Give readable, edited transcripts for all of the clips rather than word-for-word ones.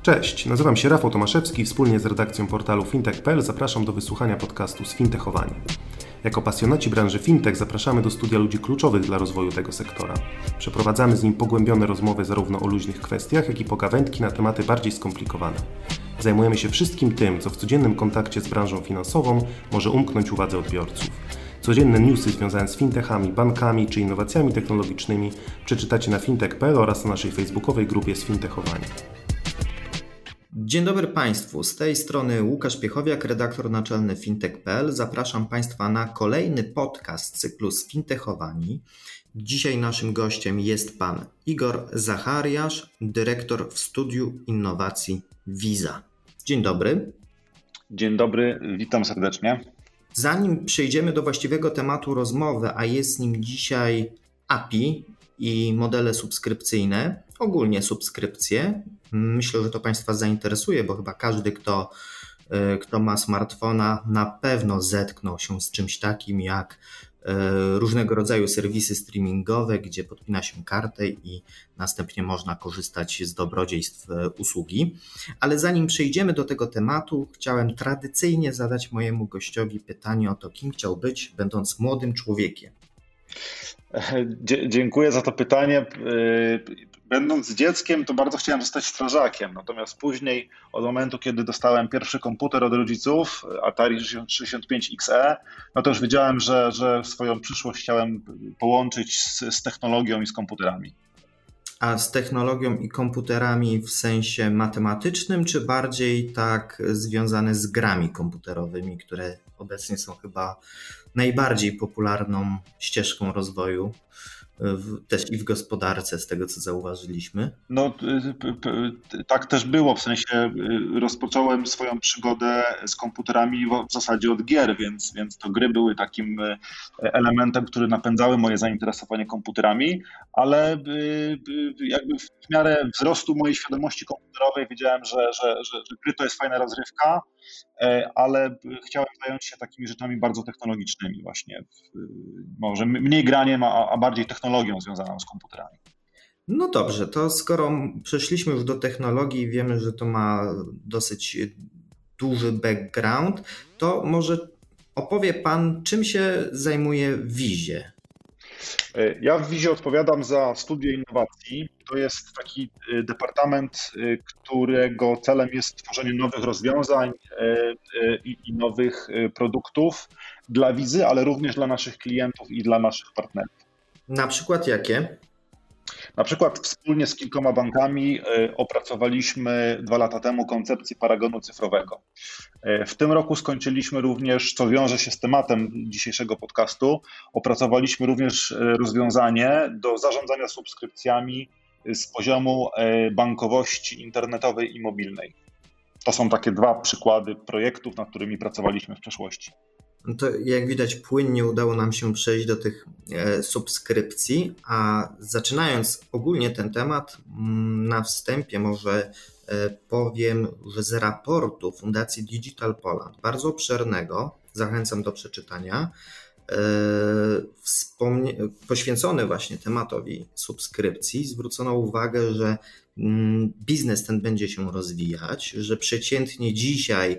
Cześć, nazywam się Rafał Tomaszewski i wspólnie z redakcją portalu fintech.pl zapraszam do wysłuchania podcastu Sfintechowani. Jako pasjonaci branży fintech zapraszamy do studia ludzi kluczowych dla rozwoju tego sektora. Przeprowadzamy z nim pogłębione rozmowy zarówno o luźnych kwestiach, jak i pogawędki na tematy bardziej skomplikowane. Zajmujemy się wszystkim tym, co w codziennym kontakcie z branżą finansową może umknąć uwadze odbiorców. Codzienne newsy związane z fintechami, bankami czy innowacjami technologicznymi przeczytacie na fintech.pl oraz na naszej facebookowej grupie Sfintechowani. Dzień dobry Państwu, z tej strony Łukasz Piechowiak, redaktor naczelny fintech.pl. Zapraszam Państwa na kolejny podcast cyklu Sfintechowani. Dzisiaj naszym gościem jest Pan Igor Zachariasz, dyrektor w Studiu Innowacji Visa. Dzień dobry. Dzień dobry, witam serdecznie. Zanim przejdziemy do właściwego tematu rozmowy, a jest nim dzisiaj API i modele subskrypcyjne, ogólnie subskrypcje, myślę, że to Państwa zainteresuje, bo chyba każdy, kto ma smartfona, na pewno zetknął się z czymś takim jak różnego rodzaju serwisy streamingowe, gdzie podpina się kartę i następnie można korzystać z dobrodziejstw usługi. Ale zanim przejdziemy do tego tematu, chciałem tradycyjnie zadać mojemu gościowi pytanie o to, kim chciał być, będąc młodym człowiekiem. Dziękuję za to pytanie. Będąc dzieckiem, to bardzo chciałem zostać strażakiem, natomiast później, od momentu, kiedy dostałem pierwszy komputer od rodziców, Atari 65XE, no to już wiedziałem, że swoją przyszłość chciałem połączyć z technologią i z komputerami. A z technologią i komputerami w sensie matematycznym, czy bardziej tak związane z grami komputerowymi, które obecnie są chyba najbardziej popularną ścieżką rozwoju też i w gospodarce, z tego co zauważyliśmy? No tak też było, w sensie rozpocząłem swoją przygodę z komputerami w zasadzie od gier, więc to gry były takim elementem, który napędzały moje zainteresowanie komputerami, ale jakby w miarę wzrostu mojej świadomości komputerowej wiedziałem, że gry to jest fajna rozrywka, ale chciałem zająć się takimi rzeczami bardzo technologicznymi właśnie, może mniej graniem, a bardziej technologią związaną z komputerami. No dobrze, to skoro przeszliśmy już do technologii i wiemy, że to ma dosyć duży background, to może opowie Pan, czym się zajmuje w Vizie? Ja w Vizie odpowiadam za studio innowacji. To jest taki departament, którego celem jest tworzenie nowych rozwiązań i nowych produktów dla Vizy, ale również dla naszych klientów i dla naszych partnerów. Na przykład jakie? Na przykład wspólnie z kilkoma bankami opracowaliśmy 2 lata temu koncepcję paragonu cyfrowego. W tym roku skończyliśmy również, co wiąże się z tematem dzisiejszego podcastu, opracowaliśmy również rozwiązanie do zarządzania subskrypcjami z poziomu bankowości internetowej i mobilnej. To są takie 2 przykłady projektów, nad którymi pracowaliśmy w przeszłości. No to jak widać płynnie udało nam się przejść do tych subskrypcji, a zaczynając ogólnie ten temat, na wstępie może powiem, że z raportu Fundacji Digital Poland, bardzo obszernego, zachęcam do przeczytania, poświęcony właśnie tematowi subskrypcji, zwrócono uwagę, że biznes ten będzie się rozwijać, że przeciętnie dzisiaj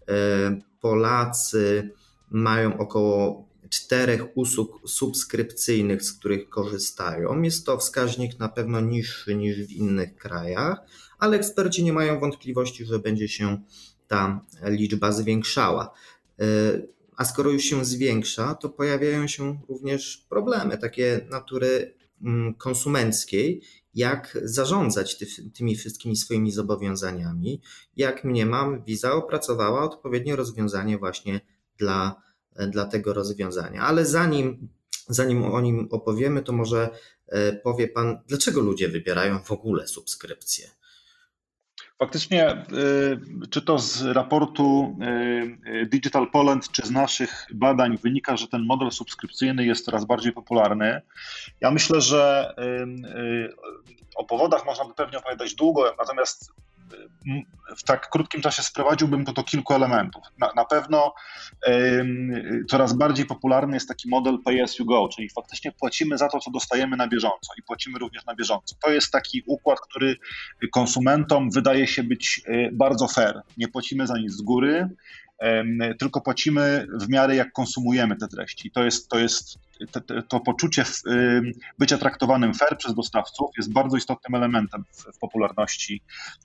Polacy mają około 4 usług subskrypcyjnych, z których korzystają. Jest to wskaźnik na pewno niższy niż w innych krajach, ale eksperci nie mają wątpliwości, że będzie się ta liczba zwiększała. A skoro już się zwiększa, to pojawiają się również problemy takie natury konsumenckiej, jak zarządzać tymi wszystkimi swoimi zobowiązaniami. Jak mniemam, Visa opracowała odpowiednie rozwiązanie właśnie dla tego rozwiązania. Ale zanim o nim opowiemy, to może powie Pan, dlaczego ludzie wybierają w ogóle subskrypcję? Faktycznie, czy to z raportu Digital Poland, czy z naszych badań wynika, że ten model subskrypcyjny jest coraz bardziej popularny. Ja myślę, że o powodach można by pewnie opowiadać długo, natomiast w tak krótkim czasie sprowadziłbym do kilku elementów. Na pewno coraz bardziej popularny jest taki model pay as you go, czyli faktycznie płacimy za to, co dostajemy na bieżąco i płacimy również na bieżąco. To jest taki układ, który konsumentom wydaje się być bardzo fair. Nie płacimy za nic z góry, tylko płacimy w miarę jak konsumujemy te treści. To poczucie bycia traktowanym fair przez dostawców jest bardzo istotnym elementem w popularności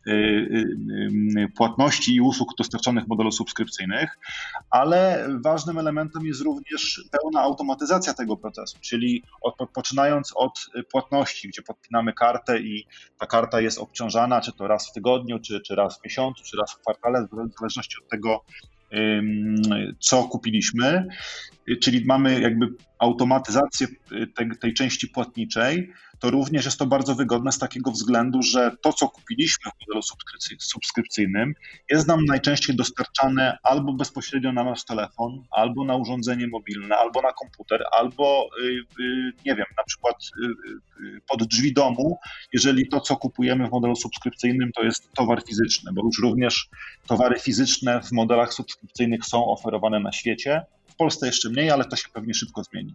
płatności i usług dostarczonych w modelu subskrypcyjnych, ale ważnym elementem jest również pełna automatyzacja tego procesu, czyli poczynając od płatności, gdzie podpinamy kartę i ta karta jest obciążana, czy to raz w tygodniu, czy raz w miesiącu, czy raz w kwartale, w zależności od tego, co kupiliśmy, czyli mamy jakby automatyzację tej części płatniczej, to również jest to bardzo wygodne z takiego względu, że to, co kupiliśmy w modelu subskrypcyjnym, jest nam najczęściej dostarczane albo bezpośrednio na nasz telefon, albo na urządzenie mobilne, albo na komputer, albo nie wiem, na przykład pod drzwi domu, jeżeli to, co kupujemy w modelu subskrypcyjnym, to jest towar fizyczny, bo już również towary fizyczne w modelach subskrypcyjnych są oferowane na świecie. W Polsce jeszcze mniej, ale to się pewnie szybko zmieni.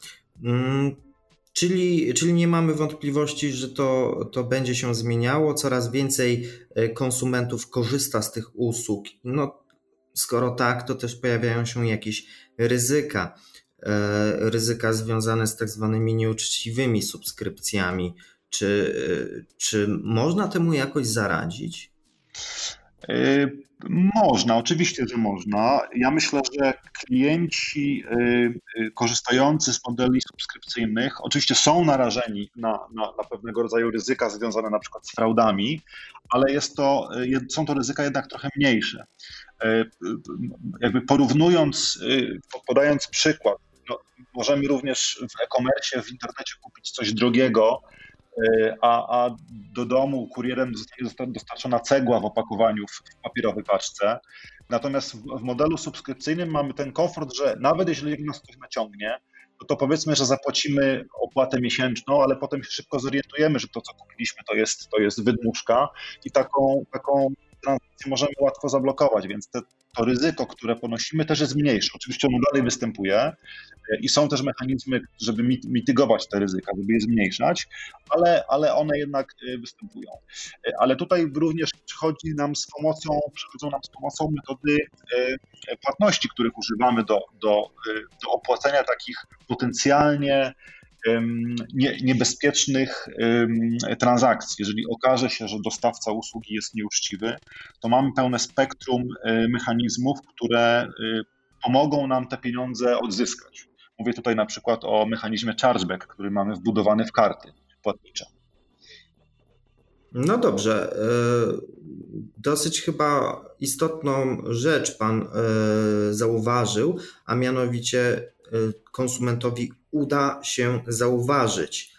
Czyli nie mamy wątpliwości, że to będzie się zmieniało, coraz więcej konsumentów korzysta z tych usług. No, skoro tak, to też pojawiają się jakieś ryzyka związane z tak zwanymi nieuczciwymi subskrypcjami. Czy można temu jakoś zaradzić? Można, oczywiście, że można. Ja myślę, że klienci korzystający z modeli subskrypcyjnych oczywiście są narażeni na pewnego rodzaju ryzyka związane na przykład z fraudami, ale są to ryzyka jednak trochę mniejsze. Jakby podając przykład, możemy również w e-commerce, w internecie kupić coś drogiego, a do domu kurierem zostanie dostarczona cegła w opakowaniu w papierowej paczce. Natomiast w modelu subskrypcyjnym mamy ten komfort, że nawet jeżeli nas coś naciągnie, to powiedzmy, że zapłacimy opłatę miesięczną, ale potem się szybko zorientujemy, że to, co kupiliśmy, to jest wydmuszka i taką transakcję możemy łatwo zablokować, więc to ryzyko, które ponosimy, też jest mniejsze. Oczywiście ono dalej występuje i są też mechanizmy, żeby mitygować te ryzyka, żeby je zmniejszać, ale one jednak występują. Ale tutaj również przychodzą nam z pomocą metody płatności, których używamy do opłacenia takich potencjalnie niebezpiecznych transakcji. Jeżeli okaże się, że dostawca usługi jest nieuczciwy, to mamy pełne spektrum mechanizmów, które pomogą nam te pieniądze odzyskać. Mówię tutaj na przykład o mechanizmie chargeback, który mamy wbudowany w karty płatnicze. No dobrze. Dosyć chyba istotną rzecz Pan zauważył, a mianowicie konsumentowi uda się zauważyć,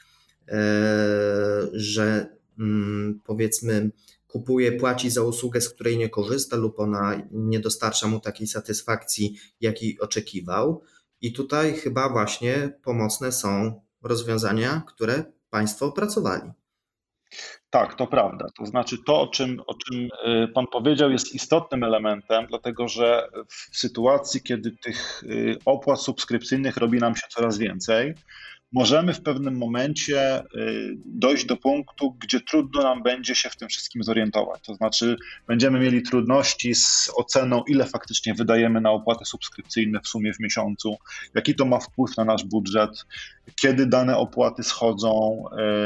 że powiedzmy płaci za usługę, z której nie korzysta lub ona nie dostarcza mu takiej satysfakcji, jakiej oczekiwał. I tutaj chyba właśnie pomocne są rozwiązania, które Państwo opracowali. Tak, to prawda. To znaczy to, o czym Pan powiedział, jest istotnym elementem, dlatego że w sytuacji, kiedy tych opłat subskrypcyjnych robi nam się coraz więcej, możemy w pewnym momencie dojść do punktu, gdzie trudno nam będzie się w tym wszystkim zorientować. To znaczy będziemy mieli trudności z oceną, ile faktycznie wydajemy na opłaty subskrypcyjne w sumie w miesiącu, jaki to ma wpływ na nasz budżet, kiedy dane opłaty schodzą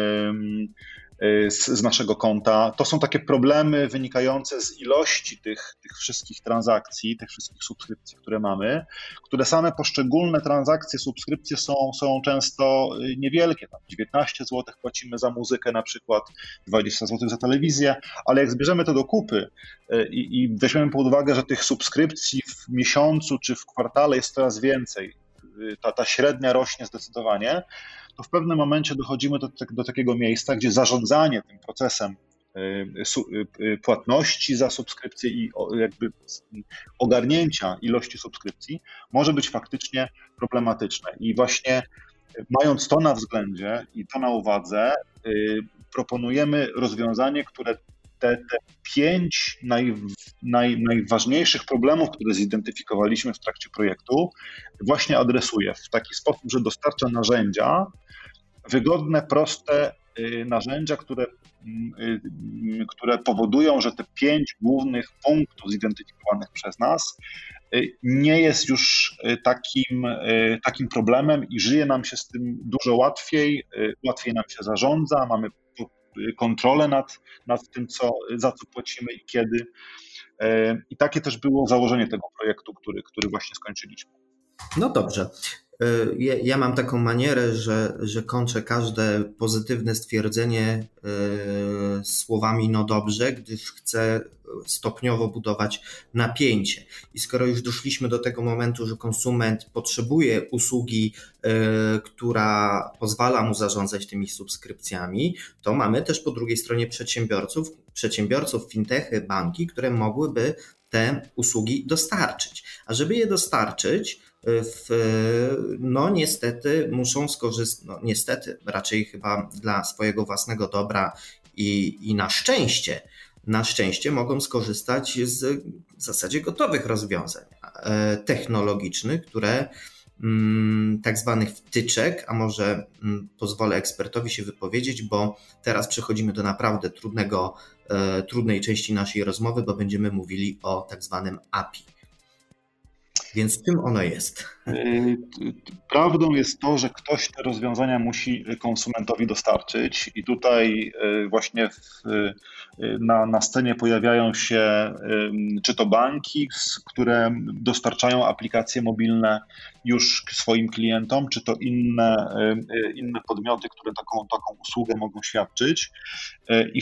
z naszego konta. To są takie problemy wynikające z ilości tych wszystkich transakcji, tych wszystkich subskrypcji, które mamy, które same poszczególne transakcje, subskrypcje są często niewielkie. Tam 19 zł płacimy za muzykę na przykład, 20 zł za telewizję, ale jak zbierzemy to do kupy i weźmiemy pod uwagę, że tych subskrypcji w miesiącu czy w kwartale jest coraz więcej, ta średnia rośnie zdecydowanie, to w pewnym momencie dochodzimy do takiego miejsca, gdzie zarządzanie tym procesem płatności za subskrypcję i jakby ogarnięcia ilości subskrypcji może być faktycznie problematyczne. I właśnie mając to na względzie i to na uwadze, proponujemy rozwiązanie, które te 5 najważniejszych problemów, które zidentyfikowaliśmy w trakcie projektu, właśnie adresuje w taki sposób, że dostarcza narzędzia, wygodne, proste narzędzia, które powodują, że te 5 głównych punktów zidentyfikowanych przez nas nie jest już takim problemem i żyje nam się z tym dużo łatwiej nam się zarządza, mamy kontrolę nad tym, za co płacimy i kiedy. I takie też było założenie tego projektu, który właśnie skończyliśmy. No dobrze. Ja mam taką manierę, że kończę każde pozytywne stwierdzenie słowami no dobrze, gdyż chcę stopniowo budować napięcie. I skoro już doszliśmy do tego momentu, że konsument potrzebuje usługi, która pozwala mu zarządzać tymi subskrypcjami, to mamy też po drugiej stronie przedsiębiorców, fintechy, banki, które mogłyby te usługi dostarczyć. A żeby je dostarczyć, niestety muszą skorzystać, niestety raczej chyba dla swojego własnego dobra i na szczęście mogą skorzystać z w zasadzie gotowych rozwiązań technologicznych, które tak zwanych wtyczek, a może pozwolę ekspertowi się wypowiedzieć, bo teraz przechodzimy do naprawdę trudnej części naszej rozmowy, bo będziemy mówili o tak zwanym API. Więc czym ono jest? Prawdą jest to, że ktoś te rozwiązania musi konsumentowi dostarczyć i tutaj właśnie na scenie pojawiają się czy to banki, które dostarczają aplikacje mobilne już swoim klientom, czy to inne podmioty, które taką usługę mogą świadczyć. I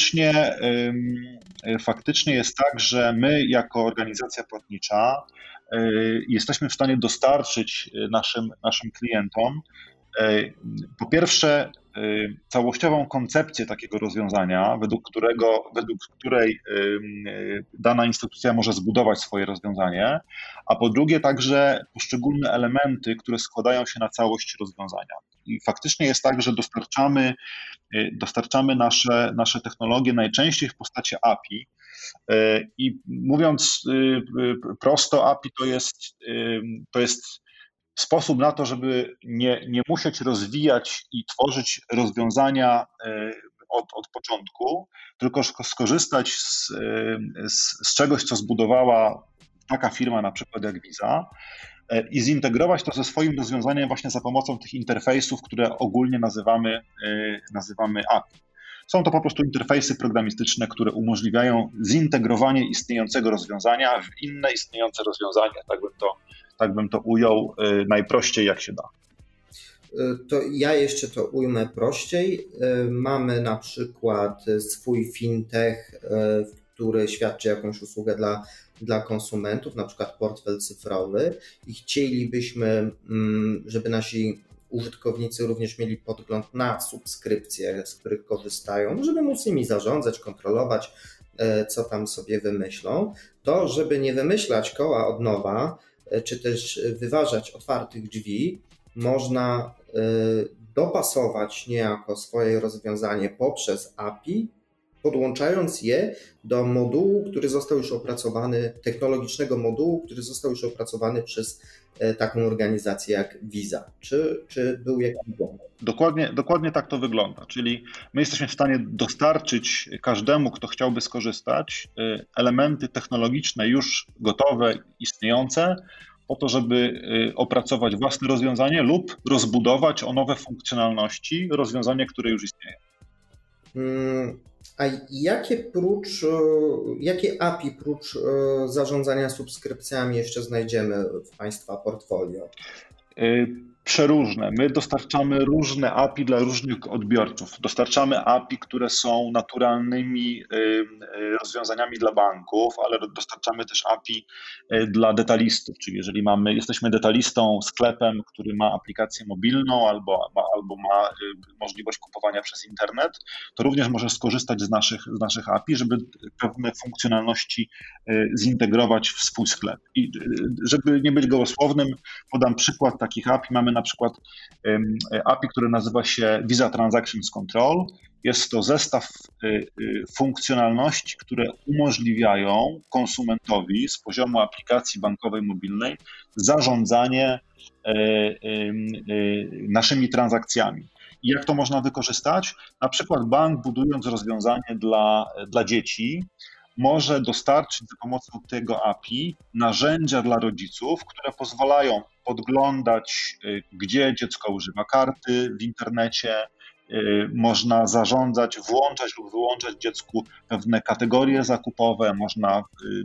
faktycznie jest tak, że my jako organizacja płatnicza jesteśmy w stanie dostarczyć naszym klientom po pierwsze całościową koncepcję takiego rozwiązania, według której dana instytucja może zbudować swoje rozwiązanie, a po drugie także poszczególne elementy, które składają się na całość rozwiązania. I faktycznie jest tak, że dostarczamy nasze technologie najczęściej w postaci API. I mówiąc prosto, API to jest sposób na to, żeby nie musieć rozwijać i tworzyć rozwiązania od początku, tylko skorzystać z czegoś, co zbudowała taka firma na przykład jak Visa i zintegrować to ze swoim rozwiązaniem właśnie za pomocą tych interfejsów, które ogólnie nazywamy API. Są to po prostu interfejsy programistyczne, które umożliwiają zintegrowanie istniejącego rozwiązania w inne istniejące rozwiązania. Tak bym to ujął najprościej jak się da. To ja jeszcze to ujmę prościej. Mamy na przykład swój fintech, który świadczy jakąś usługę dla konsumentów, na przykład portfel cyfrowy i chcielibyśmy, żeby nasi użytkownicy również mieli podgląd na subskrypcje, z których korzystają, żeby móc nimi zarządzać, kontrolować, co tam sobie wymyślą, to żeby nie wymyślać koła od nowa, czy też wyważać otwartych drzwi, można dopasować niejako swoje rozwiązanie poprzez API, podłączając je do modułu, który został już opracowany, technologicznego modułu, który został już opracowany przez taką organizację jak Visa. Czy był jakiś błąd? Dokładnie tak to wygląda, czyli my jesteśmy w stanie dostarczyć każdemu, kto chciałby skorzystać, elementy technologiczne już gotowe, istniejące, po to, żeby opracować własne rozwiązanie lub rozbudować o nowe funkcjonalności rozwiązanie, które już istnieje. A jakie API prócz zarządzania subskrypcjami jeszcze znajdziemy w Państwa portfolio? Przeróżne. My dostarczamy różne API dla różnych odbiorców. Dostarczamy API, które są naturalnymi rozwiązaniami dla banków, ale dostarczamy też API dla detalistów, czyli jeżeli jesteśmy detalistą, sklepem, który ma aplikację mobilną albo ma możliwość kupowania przez internet, to również może skorzystać z naszych API, żeby pewne funkcjonalności zintegrować w swój sklep. I żeby nie być gołosłownym, podam przykład takich API. Mamy na przykład API, które nazywa się Visa Transactions Control. Jest to zestaw funkcjonalności, które umożliwiają konsumentowi z poziomu aplikacji bankowej mobilnej zarządzanie naszymi transakcjami. I jak to można wykorzystać? Na przykład bank, budując rozwiązanie dla dzieci, może dostarczyć za pomocą tego API narzędzia dla rodziców, które pozwalają podglądać, gdzie dziecko używa karty w internecie. Można zarządzać, włączać lub wyłączać dziecku pewne kategorie zakupowe, można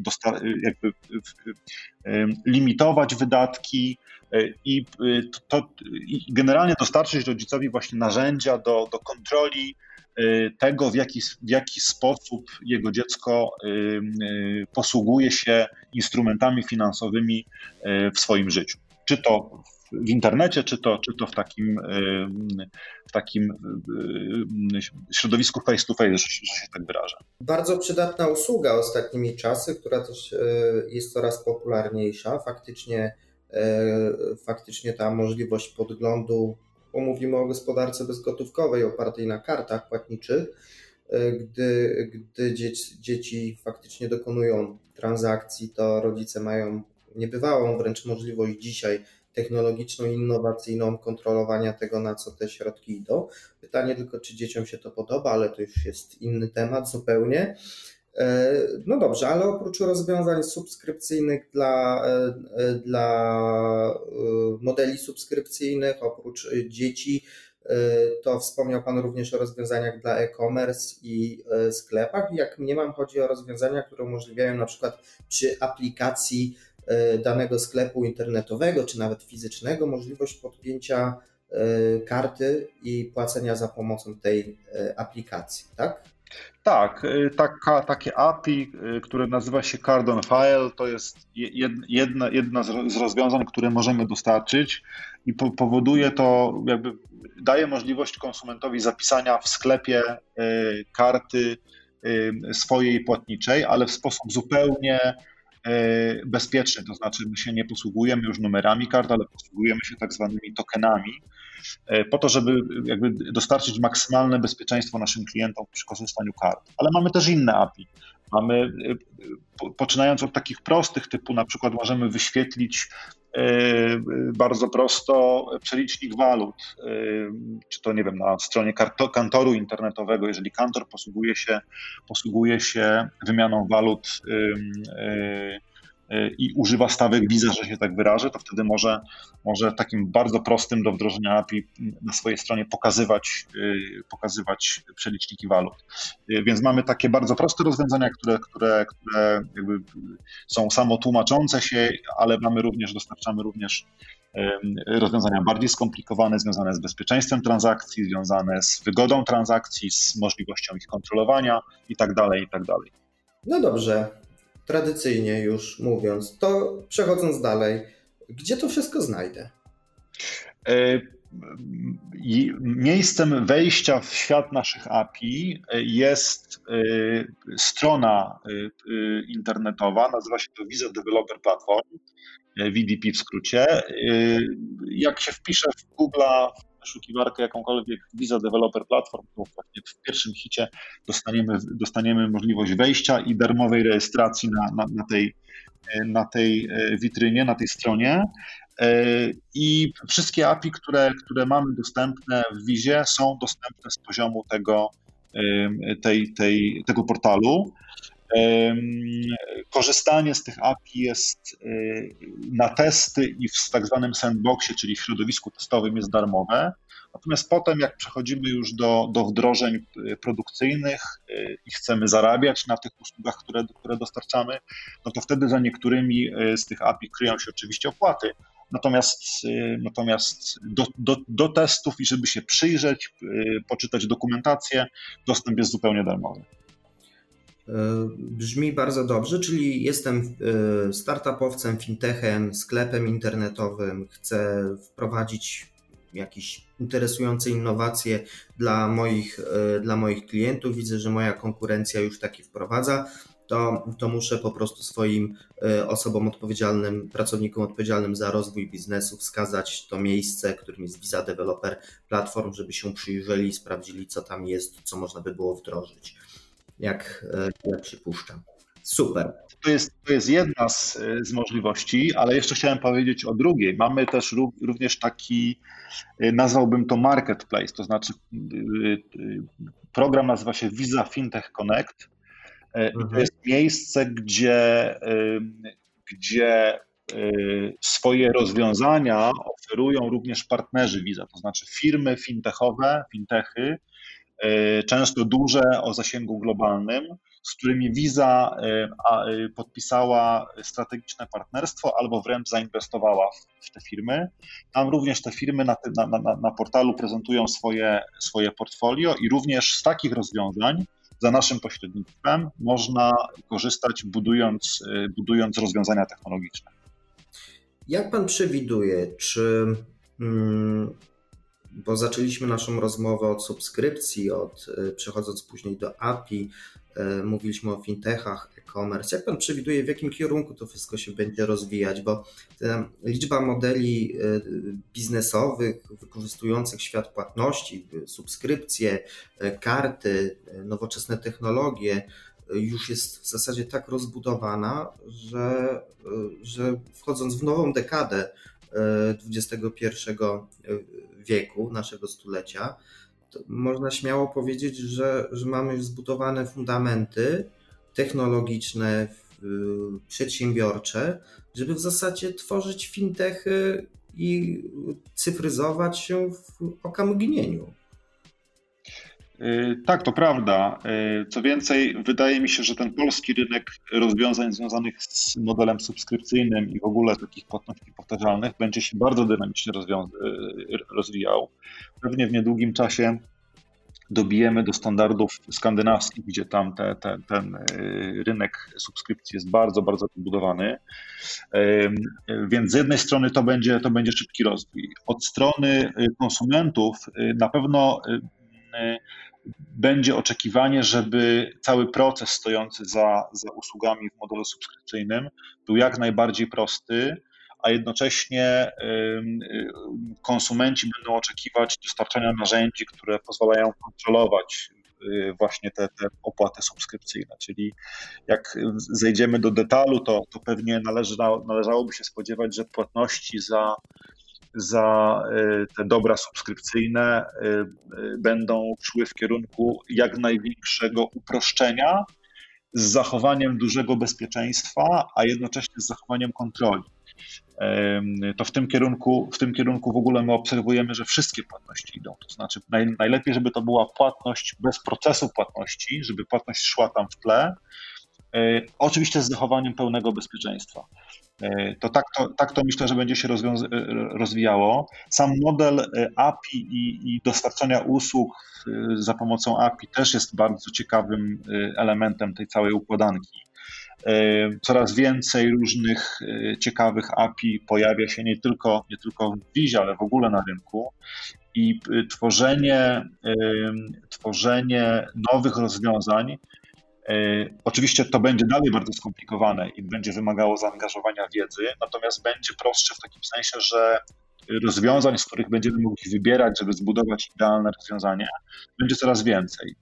limitować wydatki i generalnie dostarczyć rodzicowi właśnie narzędzia do kontroli tego, w jaki sposób jego dziecko posługuje się instrumentami finansowymi w swoim życiu. Czy to w internecie, czy to w takim środowisku face to face, że się tak wyrażę. Bardzo przydatna usługa ostatnimi czasy, która też jest coraz popularniejsza. Faktycznie ta możliwość podglądu, bo mówimy o gospodarce bezgotówkowej opartej na kartach płatniczych, gdy dzieci faktycznie dokonują transakcji, to rodzice mają niebywałą wręcz możliwość dzisiaj technologiczną, innowacyjną kontrolowania tego, na co te środki idą. Pytanie tylko, czy dzieciom się to podoba, ale to już jest inny temat zupełnie. No dobrze, ale oprócz rozwiązań subskrypcyjnych dla modeli subskrypcyjnych, oprócz dzieci, to wspomniał Pan również o rozwiązaniach dla e-commerce i sklepach. Jak mniemam, chodzi o rozwiązania, które umożliwiają na przykład przy aplikacji danego sklepu internetowego, czy nawet fizycznego, możliwość podpięcia karty i płacenia za pomocą tej aplikacji, tak? Tak, takie API, które nazywa się Card on File, to jest jedna z rozwiązań, które możemy dostarczyć i powoduje to, daje możliwość konsumentowi zapisania w sklepie karty swojej płatniczej, ale w sposób zupełnie bezpieczny, to znaczy my się nie posługujemy już numerami kart, ale posługujemy się tak zwanymi tokenami, po to, żeby dostarczyć maksymalne bezpieczeństwo naszym klientom przy korzystaniu kart. Ale mamy też inne API. Mamy, poczynając od takich prostych typu, na przykład możemy wyświetlić bardzo prosto przelicznik walut, czy to nie wiem, na stronie kantoru internetowego, jeżeli kantor posługuje się wymianą walut i używa stawek Visa, że się tak wyrażę, to wtedy może takim bardzo prostym do wdrożenia API na swojej stronie pokazywać przeliczniki walut. Więc mamy takie bardzo proste rozwiązania, które jakby są samotłumaczące się, ale dostarczamy również rozwiązania bardziej skomplikowane, związane z bezpieczeństwem transakcji, związane z wygodą transakcji, z możliwością ich kontrolowania i tak dalej, i tak dalej. No dobrze. Tradycyjnie już mówiąc, to przechodząc dalej, gdzie to wszystko znajdę? Miejscem wejścia w świat naszych API jest strona internetowa, nazywa się to Visa Developer Platform, VDP w skrócie. Jak się wpisze w Google'a, w wyszukiwarkę jakąkolwiek Visa Developer Platform, to właśnie w pierwszym hicie dostaniemy możliwość wejścia i darmowej rejestracji na tej witrynie, na tej stronie. I wszystkie API, które mamy dostępne w Vizie, są dostępne z poziomu tego portalu. Korzystanie z tych API jest na testy i w tak zwanym sandboxie, czyli w środowisku testowym, jest darmowe. Natomiast potem, jak przechodzimy już do wdrożeń produkcyjnych i chcemy zarabiać na tych usługach, które dostarczamy, no to wtedy za niektórymi z tych API kryją się oczywiście opłaty. Natomiast do testów i żeby się przyjrzeć, poczytać dokumentację, dostęp jest zupełnie darmowy. Brzmi bardzo dobrze, czyli jestem startupowcem, fintechem, sklepem internetowym, chcę wprowadzić jakieś interesujące innowacje dla moich klientów, widzę, że moja konkurencja już takie wprowadza, to muszę po prostu swoim osobom odpowiedzialnym, pracownikom odpowiedzialnym za rozwój biznesu wskazać to miejsce, którym jest Visa Developer Platform, żeby się przyjrzeli i sprawdzili, co tam jest, co można by było wdrożyć, jak przypuszczam. Super. To jest jedna z możliwości, ale jeszcze chciałem powiedzieć o drugiej. Mamy też również taki, nazwałbym to marketplace, to znaczy program nazywa się Visa Fintech Connect. I to jest miejsce, gdzie swoje rozwiązania oferują również partnerzy Visa, to znaczy firmy fintechowe, fintechy, często duże o zasięgu globalnym, z którymi Visa podpisała strategiczne partnerstwo albo wręcz zainwestowała w te firmy. Tam również te firmy na portalu prezentują swoje portfolio i również z takich rozwiązań za naszym pośrednictwem można korzystać, budując rozwiązania technologiczne. Jak pan przewiduje, bo zaczęliśmy naszą rozmowę od subskrypcji, przechodząc później do API, mówiliśmy o fintechach, e-commerce. Jak pan przewiduje, w jakim kierunku to wszystko się będzie rozwijać? Bo liczba modeli biznesowych wykorzystujących świat płatności, subskrypcje, karty, nowoczesne technologie już jest w zasadzie tak rozbudowana, że wchodząc w nową dekadę XXI wieku, naszego stulecia, to można śmiało powiedzieć, że mamy już zbudowane fundamenty technologiczne, przedsiębiorcze, żeby w zasadzie tworzyć fintechy i cyfryzować się w okamgnieniu. Tak, to prawda. Co więcej, wydaje mi się, że ten polski rynek rozwiązań związanych z modelem subskrypcyjnym i w ogóle takich płatności powtarzalnych będzie się bardzo dynamicznie rozwijał. Pewnie w niedługim czasie dobijemy do standardów skandynawskich, gdzie tam ten rynek subskrypcji jest bardzo, bardzo pobudowany. Więc z jednej strony to będzie szybki rozwój. Od strony konsumentów na pewno będzie oczekiwanie, żeby cały proces stojący za usługami w modelu subskrypcyjnym był jak najbardziej prosty, a jednocześnie konsumenci będą oczekiwać dostarczania narzędzi, które pozwalają kontrolować właśnie te opłaty subskrypcyjne. Czyli jak zejdziemy do detalu, to pewnie należałoby się spodziewać, że płatności za te dobra subskrypcyjne będą szły w kierunku jak największego uproszczenia z zachowaniem dużego bezpieczeństwa, a jednocześnie z zachowaniem kontroli. To w tym kierunku w ogóle my obserwujemy, że wszystkie płatności idą. To znaczy najlepiej, żeby to była płatność bez procesu płatności, żeby płatność szła tam w tle, oczywiście z zachowaniem pełnego bezpieczeństwa. Tak to myślę, że będzie się rozwijało. Sam model API i dostarczania usług za pomocą API też jest bardzo ciekawym elementem tej całej układanki. Coraz więcej różnych ciekawych API pojawia się nie tylko w Vizie, ale w ogóle na rynku i tworzenie nowych rozwiązań. Oczywiście to będzie dalej bardzo skomplikowane i będzie wymagało zaangażowania wiedzy, natomiast będzie prostsze w takim sensie, że rozwiązań, z których będziemy mogli wybierać, żeby zbudować idealne rozwiązanie, będzie coraz więcej.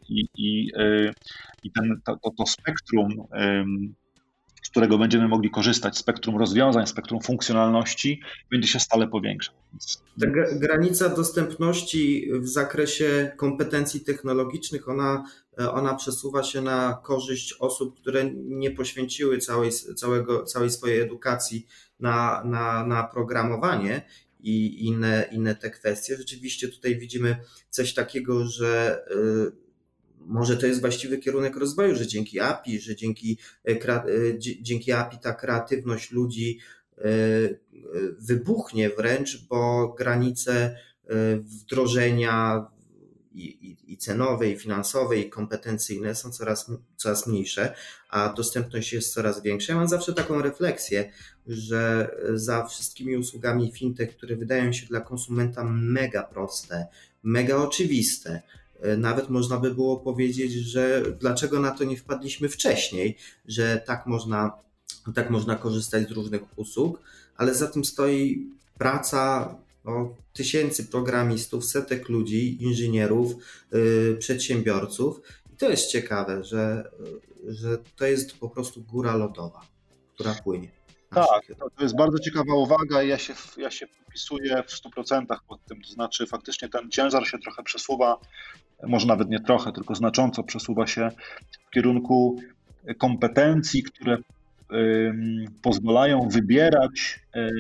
To spektrum, z którego będziemy mogli korzystać, spektrum rozwiązań, spektrum funkcjonalności będzie się stale powiększać. Ta granica dostępności w zakresie kompetencji technologicznych, ona przesuwa się na korzyść osób, które nie poświęciły całej swojej edukacji na programowanie i inne te kwestie. Rzeczywiście tutaj widzimy coś takiego, że może to jest właściwy kierunek rozwoju, że dzięki API, że dzięki API ta kreatywność ludzi wybuchnie wręcz, bo granice wdrożenia i cenowe, i finansowe, i kompetencyjne są coraz mniejsze, a dostępność jest coraz większa. Ja mam zawsze taką refleksję, że za wszystkimi usługami fintech, które wydają się dla konsumenta mega proste, mega oczywiste, Nawet można by było powiedzieć, że dlaczego na to nie wpadliśmy wcześniej, że tak można korzystać z różnych usług, ale za tym stoi praca tysięcy programistów, setek ludzi, inżynierów, przedsiębiorców. I to jest ciekawe, że to jest po prostu góra lodowa, która płynie. Tak, to jest bardzo ciekawa uwaga i ja się podpisuję w 100% pod tym, to znaczy faktycznie ten ciężar się trochę przesuwa, może nawet nie trochę, tylko znacząco przesuwa się w kierunku kompetencji, które pozwalają wybierać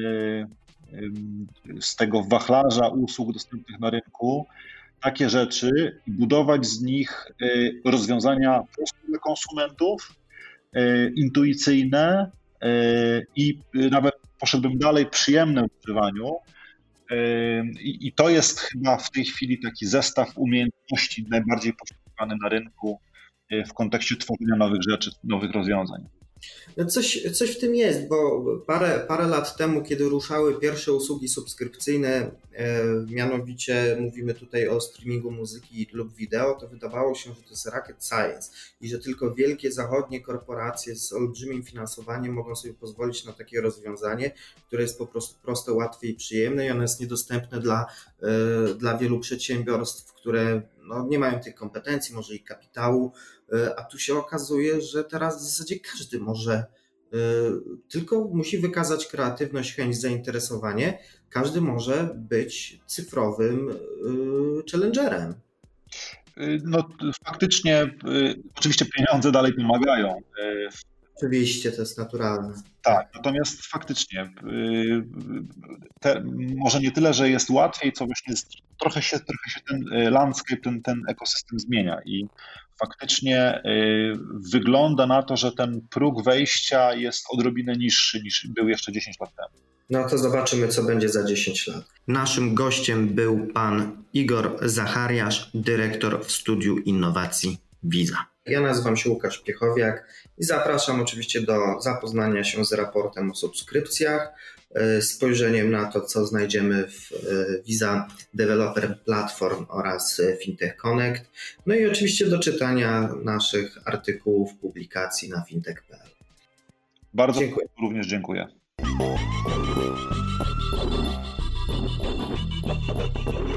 z tego wachlarza usług dostępnych na rynku takie rzeczy i budować z nich rozwiązania proste dla konsumentów, intuicyjne i nawet poszedłbym dalej, przyjemne w używaniu. I to jest chyba w tej chwili taki zestaw umiejętności najbardziej poszukiwany na rynku w kontekście tworzenia nowych rzeczy, nowych rozwiązań. No coś w tym jest, bo parę lat temu, kiedy ruszały pierwsze usługi subskrypcyjne, mianowicie mówimy tutaj o streamingu muzyki lub wideo, to wydawało się, że to jest rocket science i że tylko wielkie zachodnie korporacje z olbrzymim finansowaniem mogą sobie pozwolić na takie rozwiązanie, które jest po prostu proste, łatwe i przyjemne i ono jest niedostępne dla wielu przedsiębiorstw, które nie mają tych kompetencji, może i kapitału, a tu się okazuje, że teraz w zasadzie każdy może, tylko musi wykazać kreatywność, chęć, zainteresowanie, każdy może być cyfrowym challengerem. No faktycznie, oczywiście pieniądze dalej pomagają. Oczywiście, to jest naturalne. Tak, natomiast faktycznie może nie tyle, że jest łatwiej, co właśnie trochę się ten landscape, ten ekosystem zmienia i faktycznie wygląda na to, że ten próg wejścia jest odrobinę niższy niż był jeszcze 10 lat temu. No to zobaczymy, co będzie za 10 lat. Naszym gościem był pan Igor Zachariasz, dyrektor w Studiu Innowacji Wiza. Ja nazywam się Łukasz Piechowiak i zapraszam oczywiście do zapoznania się z raportem o subskrypcjach, spojrzeniem na to, co znajdziemy w Visa Developer Platform oraz Fintech Connect, no i oczywiście do czytania naszych artykułów, publikacji na fintech.pl. Bardzo dziękuję. Również dziękuję.